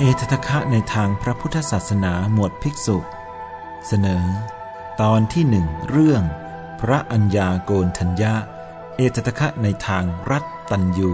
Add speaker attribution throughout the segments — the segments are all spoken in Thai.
Speaker 1: เอตทัคคะในทางพระพุทธศาสนาหมวดภิกษุเสนอตอนที่หนึ่งเรื่องพระอัญญาโกณฑัญญะเอตทัคคะในทางรัตตัญญู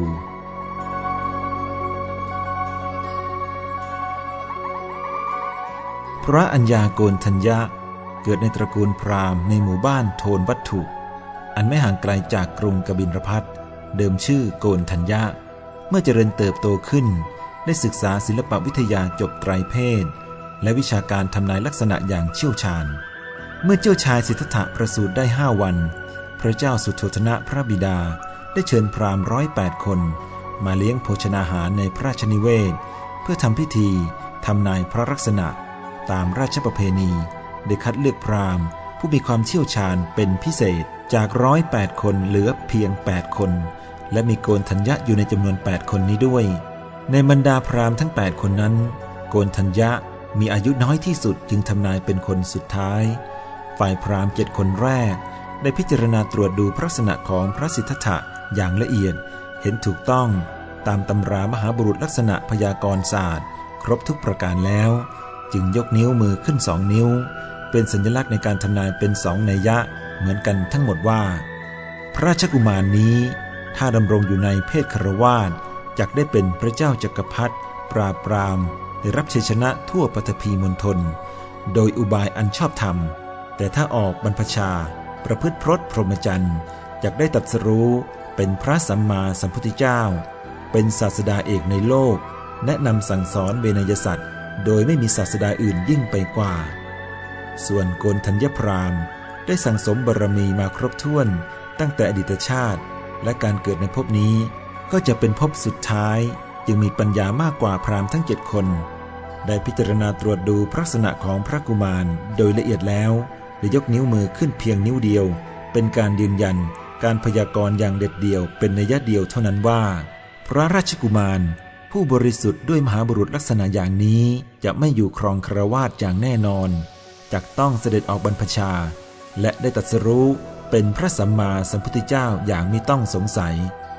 Speaker 1: พระอัญญาโกณฑัญญะเกิดในตระกูลพราหมณ์ในหมู่บ้านโทนวัตถุอันไม่ห่างไกลจากกรุงกบิลพัสต์เดิมชื่อโกณฑัญญะเมื่อเจริญเติบโตขึ้นได้ศึกษาศิลปวิทยาจบไตรเพศและวิชาการทำนายลักษณะอย่างเชี่ยวชาญเมื่อเจ้าชายสิทธัตถะประสูติได้5 วันพระเจ้าสุโธทนะพระบิดาได้เชิญพราหมณ์108 คนมาเลี้ยงโภชนาหารในพระราชนิเวศเพื่อทำพิธีทำนายพระลักษณะตามราชประเพณีได้คัดเลือกพราหมณ์ผู้มีความเชี่ยวชาญเป็นพิเศษจาก108 คนเหลือเพียง8 คนและมีโกณฑัญญะอยู่ในจำนวน8 คนนี้ด้วยในบรรดาพราหมณ์ทั้ง8 คนนั้นโกณฑัญญะมีอายุน้อยที่สุดจึงทำนายเป็นคนสุดท้ายฝ่ายพราหมณ์7 คนแรกได้พิจารณาตรวจดูลักษณะของพระสิทธัตถะอย่างละเอียดเห็นถูกต้องตามตำรามหาบุรุษลักษณะพยากรณ์ศาสตร์ครบทุกประการแล้วจึงยกนิ้วมือขึ้น2 นิ้วเป็นสัญลักษณ์ในการทำนายเป็น2 นัยยะเหมือนกันทั้งหมดว่าพระราชกุมารนี้ถ้าดำรงอยู่ในเพศคฤหัสถ์จักได้เป็นพระเจ้าจักรพรรดิปราบปรามได้รับชัยชนะทั่วปฐพีมณฑลโดยอุบายอันชอบธรรมแต่ถ้าออกบรรพชาประพฤติพรตพรหมจรรย์จักได้ตรัสรู้เป็นพระสัมมาสัมพุทธเจ้าเป็นศาสดาเอกในโลกแนะนำสั่งสอนเวนยสัตว์โดยไม่มีศาสดาอื่นยิ่งไปกว่าส่วนโกณฑัญญพราหมณ์ได้สั่งสมบารมีมาครบถ้วนตั้งแต่อดีตชาติและการเกิดในภพนี้ก็จะเป็นภพสุดท้ายจึงมีปัญญามากกว่าพราหมณ์ทั้ง7 คนได้พิจารณาตรวจดูลักษณะของพระกุมารโดยละเอียดแล้วได้ยกนิ้วมือขึ้นเพียงนิ้วเดียวเป็นการยืนยันการพยากรณ์อย่างเด็ดเดี่ยวเป็นนัยเดียวเท่านั้นว่าพระราชกุมารผู้บริสุทธิ์ด้วยมหาบุรุษลักษณะอย่างนี้จะไม่อยู่ครองคฤหัสถ์อย่างแน่นอนจักต้องเสด็จออกบรรพชาและได้ตรัสรู้เป็นพระสัมมาสัมพุทธเจ้าอย่างมิต้องสงสัย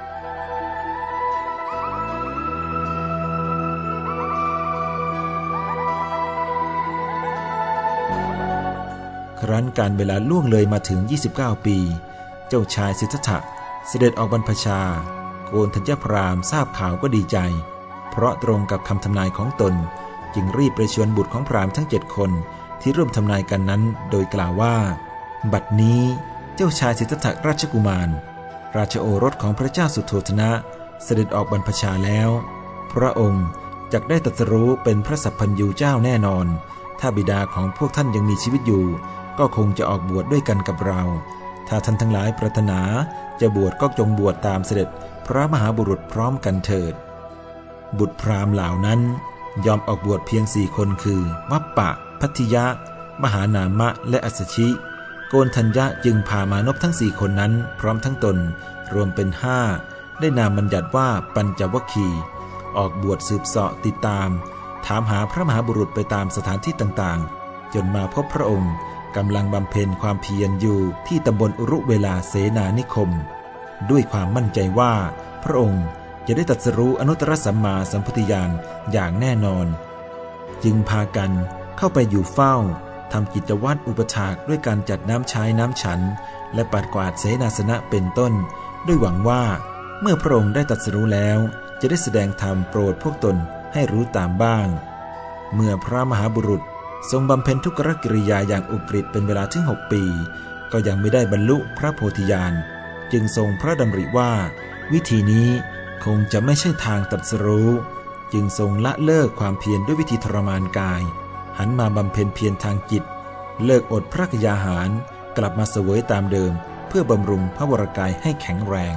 Speaker 1: ครั้นการเวลาล่วงเลยมาถึง29 ปีเจ้าชายสิทธัตถะเสด็จออกบรรพชาโกณฑัญญพราหมณ์ทราบข่าวก็ดีใจเพราะตรงกับคำทำนายของตนจึงรีบไปชวนบุตรของพราหมณ์ทั้ง7 คนที่ร่วมทำนายกันนั้นโดยกล่าวว่าบัดนี้เจ้าชายสิทธัตถะราชกุมารราชโอรสของพระเจ้าสุโธทนะเสด็จออกบรรพชาแล้วพระองค์จักได้ตรัสรู้เป็นพระสัพพัญญูเจ้าแน่นอนถ้าบิดาของพวกท่านยังมีชีวิตอยู่ก็คงจะออกบวชด้วยกันกับเราถ้าท่านทั้งหลายปรารถนาจะบวชก็จงบวชตามเสด็จพระมหาบุรุษพร้อมกันเถิดบุตรพราหมณ์เหล่านั้นยอมออกบวชเพียง4 คนคือวัปปะพัทธิยะมหานามะและอัสสชิโกณฑัญญะจึงพามานพทั้ง4 คนนั้นพร้อมทั้งตนรวมเป็น5ได้นามบัญญัติว่าปัญจวัคคีย์ออกบวชสืบเสาะติดตามถามหาพระมหาบุรุษไปตามสถานที่ต่างๆจนมาพบพระองค์กำลังบำเพ็ญความเพียรอยู่ที่ตำบลอุรุเวลาเสนานิคมด้วยความมั่นใจว่าพระองค์จะได้ตรัสรู้อนุตตรสัมมาสัมพุทธญาณอย่างแน่นอนจึงพากันเข้าไปอยู่เฝ้าทำกิจวัตรอุปถากด้วยการจัดน้ำใช้น้ำฉันและปัดกวาดเสนาสนะเป็นต้นด้วยหวังว่าเมื่อพระองค์ได้ตรัสรู้แล้วจะได้แสดงธรรมโปรดพวกตนให้รู้ตามบ้างเมื่อพระมหาบุรุษทรงบำเพ็ญทุกขกิริยาอย่างอุกฤษเป็นเวลาถึง6 ปีก็ยังไม่ได้บรรลุพระโพธิญาณจึงทรงพระดำริว่าวิธีนี้คงจะไม่ใช่ทางตรัสรู้จึงทรงละเลิกความเพียรด้วยวิธีทรมานกายหันมาบำเพ็ญเพียรทางจิตเลิกอดพระกยาหารกลับมาเสวยตามเดิมเพื่อบำรุงพระวรกายให้แข็งแรง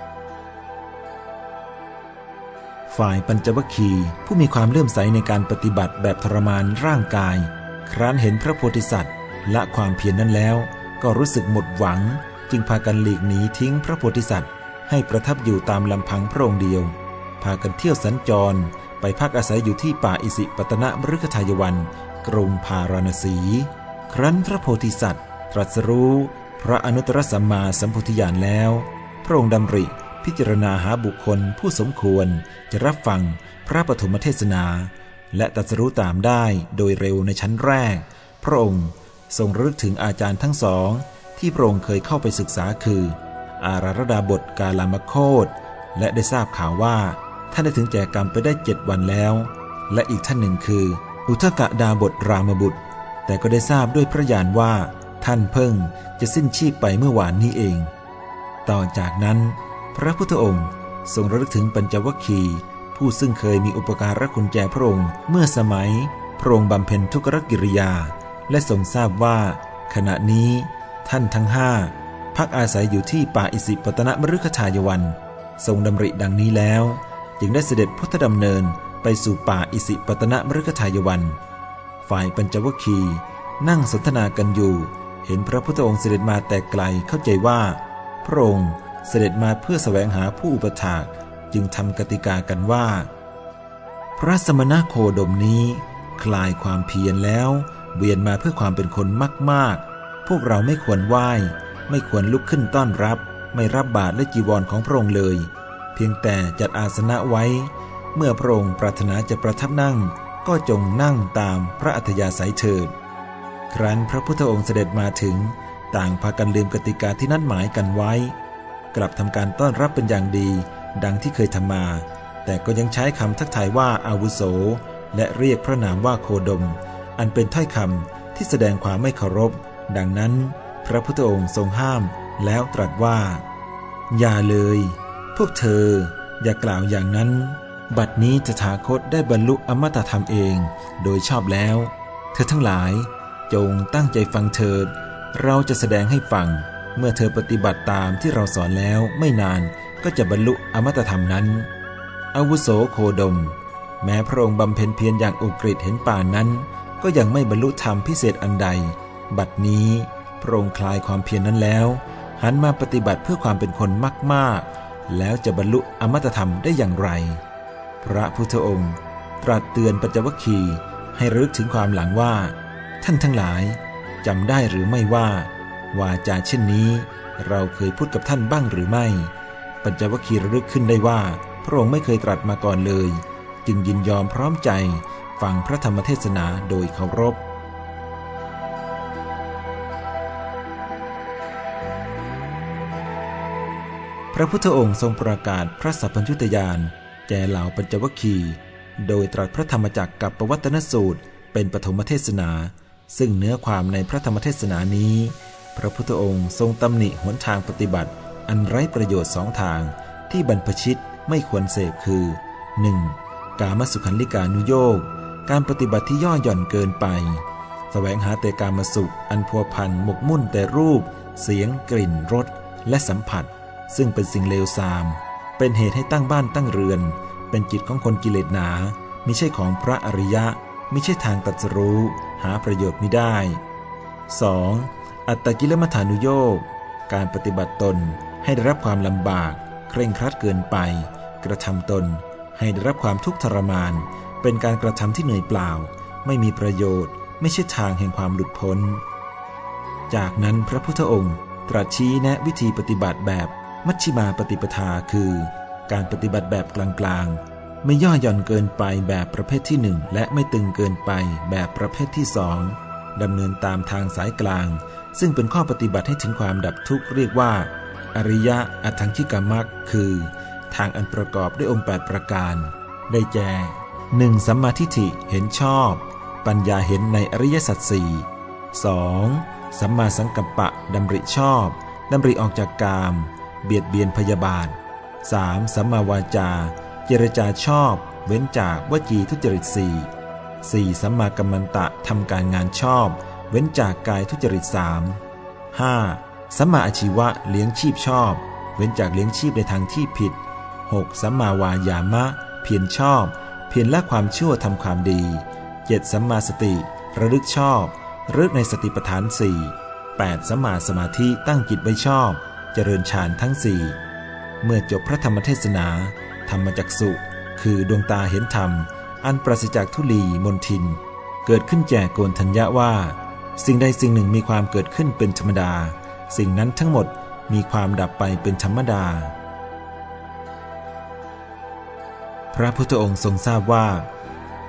Speaker 1: ฝ่ายปัญจวัคคีย์ผู้มีความเลื่อมใสในการปฏิบัติแบบทรมานร่างกายครั้นเห็นพระโพธิสัตว์ละความเพียรนั้นแล้วก็รู้สึกหมดหวังจึงพากันหลีกหนีทิ้งพระโพธิสัตว์ให้ประทับอยู่ตามลำพังพระองค์เดียวพากันเที่ยวสัญจรไปพักอาศัยอยู่ที่ป่าอิสิปตนมฤคทายวันกรุงพาราณสีครั้นพระโพธิสัตว์ตรัสรู้พระอนุตตรสัมมาสัมพุทธญาณแล้วพระองค์ดำริพิจารณาหาบุคคลผู้สมควรจะรับฟังพระปฐมเทศนาและตรัสรู้ตามได้โดยเร็วในชั้นแรกพระองค์ทรงระลึกถึงอาจารย์ทั้งสองที่พระองค์เคยเข้าไปศึกษาคืออาราธดาบทกาลามโคตและได้ทราบข่าวว่าท่านได้ถึงแก่กรรมไปได้7 วันแล้วและอีกท่านหนึ่งคืออุทกดาบทรามบุตรแต่ก็ได้ทราบด้วยพระญาณว่าท่านเพิ่งจะสิ้นชีพไปเมื่อวานนี้เองต่อจากนั้นพระพุทธองค์ทรงระลึกถึงปัญจวัคคีย์ผู้ซึ่งเคยมีอุปการะคุณแก่พระองค์เมื่อสมัยพระองค์บำเพ็ญทุกขกิริยาและทรงทราบว่าขณะนี้ท่านทั้ง5พักอาศัยอยู่ที่ป่าอิสิปตนมฤคทายวันทรงดำริดังนี้แล้วจึงได้เสด็จพุทธดำเนินไปสู่ป่าอิสิปตนมฤคทายวันฝ่ายปัญจวัคคีย์นั่งสนทนากันอยู่เห็นพระพุทธองค์เสด็จมาแต่ไกลเข้าใจว่าพระองค์เสด็จมาเพื่อแสวงหาผู้อุปถากจึงทำกติกากันว่าพระสมณโคดมนี้คลายความเพียรแล้วเวียนมาเพื่อความเป็นคนมากๆพวกเราไม่ควรไหว้ไม่ควรลุกขึ้นต้อนรับไม่รับบาตรและจีวรของพระองค์เลยเพียงแต่จัดอาสนะไว้เมื่อพระองค์ปรารถนาจะประทับนั่งก็จงนั่งตามพระอัธยาศัยเถิดครั้นพระพุทธองค์เสด็จมาถึงต่างพากันลืมกติกาที่นัดหมายกันไว้กลับทำการต้อนรับเป็นอย่างดีดังที่เคยทำมาแต่ก็ยังใช้คำทักทายว่าอาวุโสและเรียกพระนามว่าโคดมอันเป็นถ้อยคำที่แสดงความไม่เคารพดังนั้นพระพุทธองค์ทรงห้ามแล้วตรัสว่าอย่าเลยพวกเธออย่ากล่าวอย่างนั้นบัดนี้ตถาคตได้บรรลุอมตะธรรมเองโดยชอบแล้วเธอทั้งหลายจงตั้งใจฟังเถิดเราจะแสดงให้ฟังเมื่อเธอปฏิบัติตามที่เราสอนแล้วไม่นานก็จะบรรลุอมตะธรรมนั้นอาวุโสโคดมแม้พระองค์บำเพ็ญเพียรอย่างอุกฤษเห็นป่านนั้นก็ยังไม่บรรลุธรรมพิเศษอันใดบัดนี้พระองค์คลายความเพียรนั้นแล้วหันมาปฏิบัติเพื่อความเป็นคนมากๆแล้วจะบรรลุอมตะธรรมได้อย่างไรพระพุทธองค์ตรัสเตือนปัญจวัคคีย์ให้ระลึกถึงความหลังว่าท่านทั้งหลายจำได้หรือไม่ว่าวาจาเช่นนี้เราเคยพูดกับท่านบ้างหรือไม่ปัญจวัคคีย์ระลึกขึ้นได้ว่าพระองค์ไม่เคยตรัสมาก่อนเลยจึงยินยอมพร้อมใจฟังพระธรรมเทศนาโดยเคารพพระพุทธองค์ทรงประกาศพระสัพพัญญุตญาณแก่เหล่าปัญจวัคคีย์โดยตรัสพระธรรมจักรกับปวัตตนสูตรเป็นปฐมเทศนาซึ่งเนื้อความในพระธรรมเทศนานี้พระพุทธองค์ทรงตำหนิหนทางปฏิบัติอันไร้ประโยชน์2 ทางที่บรรพชิตไม่ควรเสพคือ 1. กามสุขันลิกานุโยคการปฏิบัติที่ย่อหย่อนเกินไปแสวงหาแต่กามสุขอันพัวพันหมกมุ่นแต่รูปเสียงกลิ่นรสและสัมผัสซึ่งเป็นสิ่งเลวทรามเป็นเหตุให้ตั้งบ้านตั้งเรือนเป็นจิตของคนกิเลสหนามิใช่ของพระอริยะมิใช่ทางตรัสรู้หาประโยชน์มิได้ 2. อัตตกิลมัฏฐานุโยคการปฏิบัติตนให้ได้รับความลำบากเคร่งครัดเกินไปกระทำตนให้ได้รับความทุกข์ทรมานเป็นการกระทำที่เหนื่อยเปล่าไม่มีประโยชน์ไม่ใช่ทางแห่งความหลุดพ้นจากนั้นพระพุทธองค์ตรัสชี้แนะวิธีปฏิบัติแบบมัชฌิมาปฏิปทาคือการปฏิบัติแบบกลางๆไม่ย่อหย่อนเกินไปแบบประเภทที่1และไม่ตึงเกินไปแบบประเภทที่2ดำเนินตามทางสายกลางซึ่งเป็นข้อปฏิบัติให้ถึงความดับทุกข์เรียกว่าอริยอัตถังคิกมรรคคือทางอันประกอบด้วยองค์8ประการได้แก่ 1. สัมมาทิฏฐิเห็นชอบปัญญาเห็นในอริยสัจ 4 2. สัมมาสังกัปปะดำริชอบดำริออกจากกามเบียดเบียนพยาบาท 3. สัมมาวาจาเจรจาชอบเว้นจากวจีทุจริต 4. สัมมากัมมันตะทำการงานชอบเว้นจากกายทุจริต 3 5. สัมมาอาชีวะเลี้ยงชีพชอบเว้นจากเลี้ยงชีพในทางที่ผิด 6. สัมมาวายามะเพียรชอบเพียรละความชั่วทำความดี 7. สัมมาสติระลึกชอบระลึกในสติปัฏฐาน 4 8. สัมมาสมาธิตั้งจิตไว้ชอบเจริญฌานทั้ง 4เมื่อจบพระธรรมเทศนาธรรมจักษุคือดวงตาเห็นธรรมอันปราศจากทุลีมนทินเกิดขึ้นแก่โกณฑัญญะว่าสิ่งใดสิ่งหนึ่งมีความเกิดขึ้นเป็นธรรมดาสิ่งนั้นทั้งหมดมีความดับไปเป็นธรรมดาพระพุทธองค์ทรงทราบว่า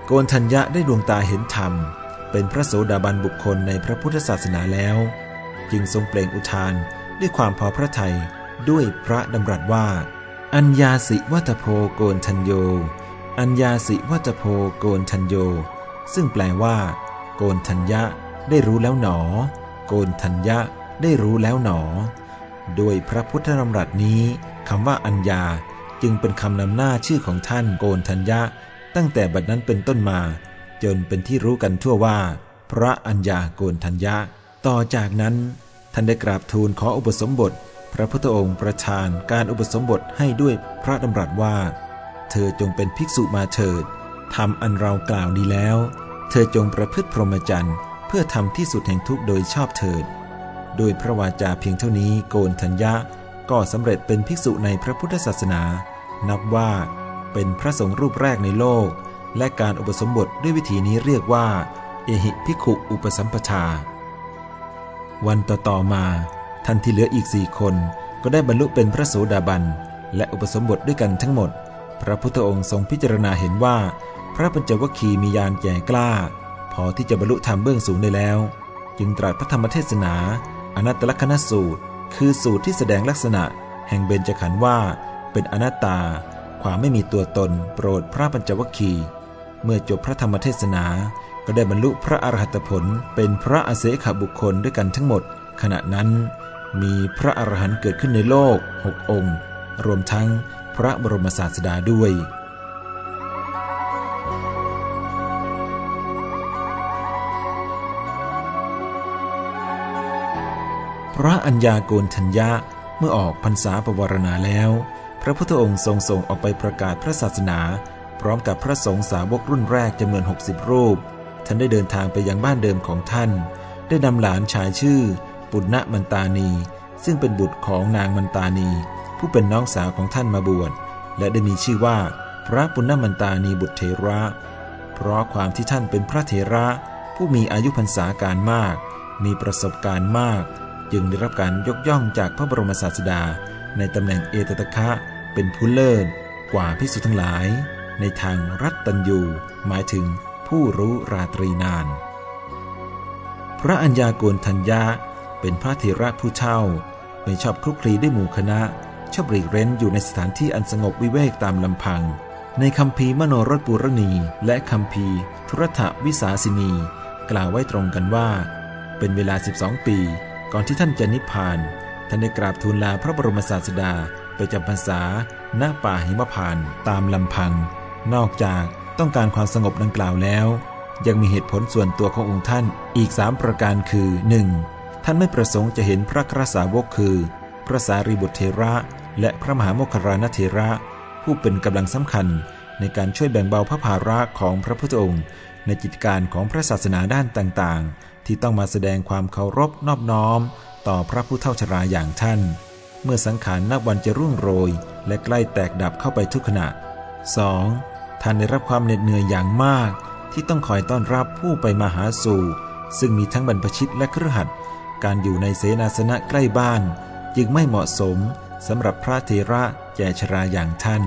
Speaker 1: โกณฑัญญะได้ดวงตาเห็นธรรมเป็นพระโสดาบันบุคคลในพระพุทธศาสนาแล้วจึงทรงเปล่งอุทานด้วยความพอพระทัยด้วยพระดำรัสว่าอัญญาสิวัตโพโกณฑัญโยอัญญาสิวัตโพโกณฑัญโยซึ่งแปลว่าโกณฑัญญะได้รู้แล้วหนอโกณฑัญญะได้รู้แล้วหนอโดยพระพุทธดำรัสนี้คำว่าอัญญาจึงเป็นคำนำหน้าชื่อของท่านโกณฑัญญะตั้งแต่บัดนั้นเป็นต้นมาจนเป็นที่รู้กันทั่วว่าพระอัญญาโกณฑัญญะต่อจากนั้นท่านได้กราบทูลขออุปสมบทพระพุทธองค์ประทานการอุปสมบทให้ด้วยพระดำรัสว่าเธอจงเป็นภิกษุมาเถิดทำอันเรากล่าวดีแล้วเธอจงประพฤติพรหมจรรย์เพื่อทำที่สุดแห่งทุกข์โดยชอบเถิดโดยพระวาจาเพียงเท่านี้โกณฑัญญะก็สำเร็จเป็นภิกษุในพระพุทธศาสนานับว่าเป็นพระสงฆ์รูปแรกในโลกและการอุปสมบทด้วยวิธีนี้เรียกว่าเอหิภิกขุอุปสัมปทาวันต่อมาท่านที่เหลืออีก4 คนก็ได้บรรลุเป็นพระโสดาบันและอุปสมบทด้วยกันทั้งหมดพระพุทธองค์ทรงพิจารณาเห็นว่าพระปัญจวัคคีย์มีญาณแก่กล้าพอที่จะบรรลุธรรมเบื้องสูงได้แล้วจึงตรัสพระธรรมเทศนาอนัตตลักขณสูตรคือสูตรที่แสดงลักษณะแห่งเบญจขันธ์ว่าเป็นอนัตตาความไม่มีตัวตนโปรดพระปัญจวัคคีย์เมื่อจบพระธรรมเทศนาก็ได้บรรลุพระอรหัตผลเป็นพระอเสขบุคคลด้วยกันทั้งหมดขณะนั้นมีพระอรหันต์เกิดขึ้นในโลก6 องค์รวมทั้งพระบรมศาสดาด้วยพระอัญญาโกณฑัญญะเมื่อออกพรรษาปวารณาแล้วพระพุทธองค์ทรงส่งออกไปประกาศพระศาสนาพร้อมกับพระสงฆ์สาวกรุ่นแรกจำนวน60 รูปท่านได้เดินทางไปยังบ้านเดิมของท่านได้นำหลานชายชื่อปุณณมันตานีซึ่งเป็นบุตรของนางมันตานีผู้เป็นน้องสาวของท่านมาบวชและได้มีชื่อว่าพระปุณณมันตานีบุตรเถระเพราะความที่ท่านเป็นพระเถระผู้มีอายุพรรษาการมากมีประสบการณ์มากจึงได้รับการยกย่องจากพระบรมศาสดาในตำแหน่งเอตตะคะเป็นผู้เลิศกว่าภิกษุทั้งหลายในทางรัตตัญญูหมายถึงผู้รู้ราตรีนานพระอัญญาโกณฑัญญะเป็นพระเถระผู้เฒ่าไม่ชอบคลุกคลีด้วยหมู่คณะชอบหลีกเร้นอยู่ในสถานที่อันสงบวิเวกตามลำพังในคัมภีร์มโนรสปุรณีและคัมภีร์ธุรัฐวิสาสินีกล่าวไว้ตรงกันว่าเป็นเวลา12 ปีก่อนที่ท่านจะนิพพานท่านได้กราบทูลลาพระบรมศาสดาไปจำพรรษาณป่าหิมพานต์ตามลำพังนอกจากต้องการความสงบดังกล่าวแล้วยังมีเหตุผลส่วนตัวขององค์ท่านอีก3 ประการคือ 1. ท่านไม่ประสงค์จะเห็นพระครสาวกคือพระสารีบุตรเถระและพระมหาโมคคัลลานะเถระผู้เป็นกำลังสำคัญในการช่วยแบ่งเบาพระภาระของพระพุทธองค์ในกิจการของพระศาสนาด้านต่างๆที่ต้องมาแสดงความเคารพนอบน้อมต่อพระผู้เฒ่าชราอย่างท่านเมื่อสังขารนับวันจะรุ่งโรยและใกล้แตกดับเข้าไปทุกขณะ 2. ท่านได้รับความเหน็ดเหนื่อยอย่างมากที่ต้องคอยต้อนรับผู้ไปมาหาสู่ซึ่งมีทั้งบรรพชิตและคฤหัสถ์การอยู่ในเสนาสนะใกล้บ้านจึงไม่เหมาะสมสำหรับพระเถระแก่ชราอย่างท่าน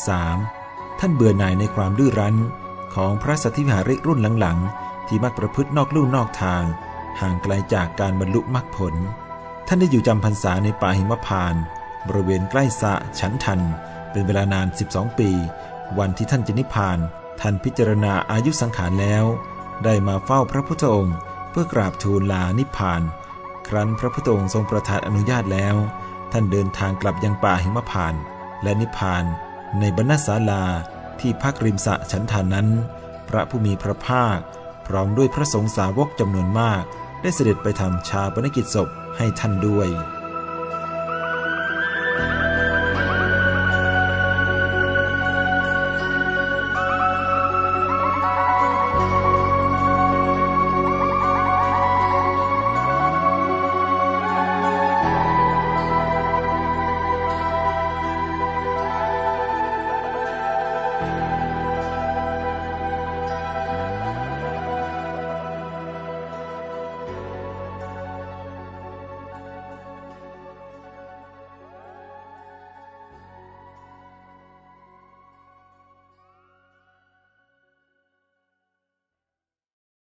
Speaker 1: 3. ท่านเบื่อหน่ายในความดื้อรั้นของพระสัทธิวิหาริกรุ่นหลังๆที่มักประพฤตินอกลู่นอกทางห่างไกลจากการบรรลุมรรคผลท่านได้อยู่จำพรรษาในป่าหิมพานต์บริเวณใกล้สระฉันทันเป็นเวลานาน12 ปีวันที่ท่านจะนิพพานท่านพิจารณาอายุสังขารแล้วได้มาเฝ้าพระพุทธองค์เพื่อกราบทูลลานิพพานครั้นพระพุทธองค์ทรงประทานอนุญาตแล้วท่านเดินทางกลับยังป่าหิมพานต์และนิพพานในบรรณศาลาที่พักริมสระฉันทานนั้นพระผู้มีพระภาคพร้อมด้วยพระสงฆ์สาวกจำนวนมากได้เสด็จไปทำชาปนกิจศพให้ท่านด้วย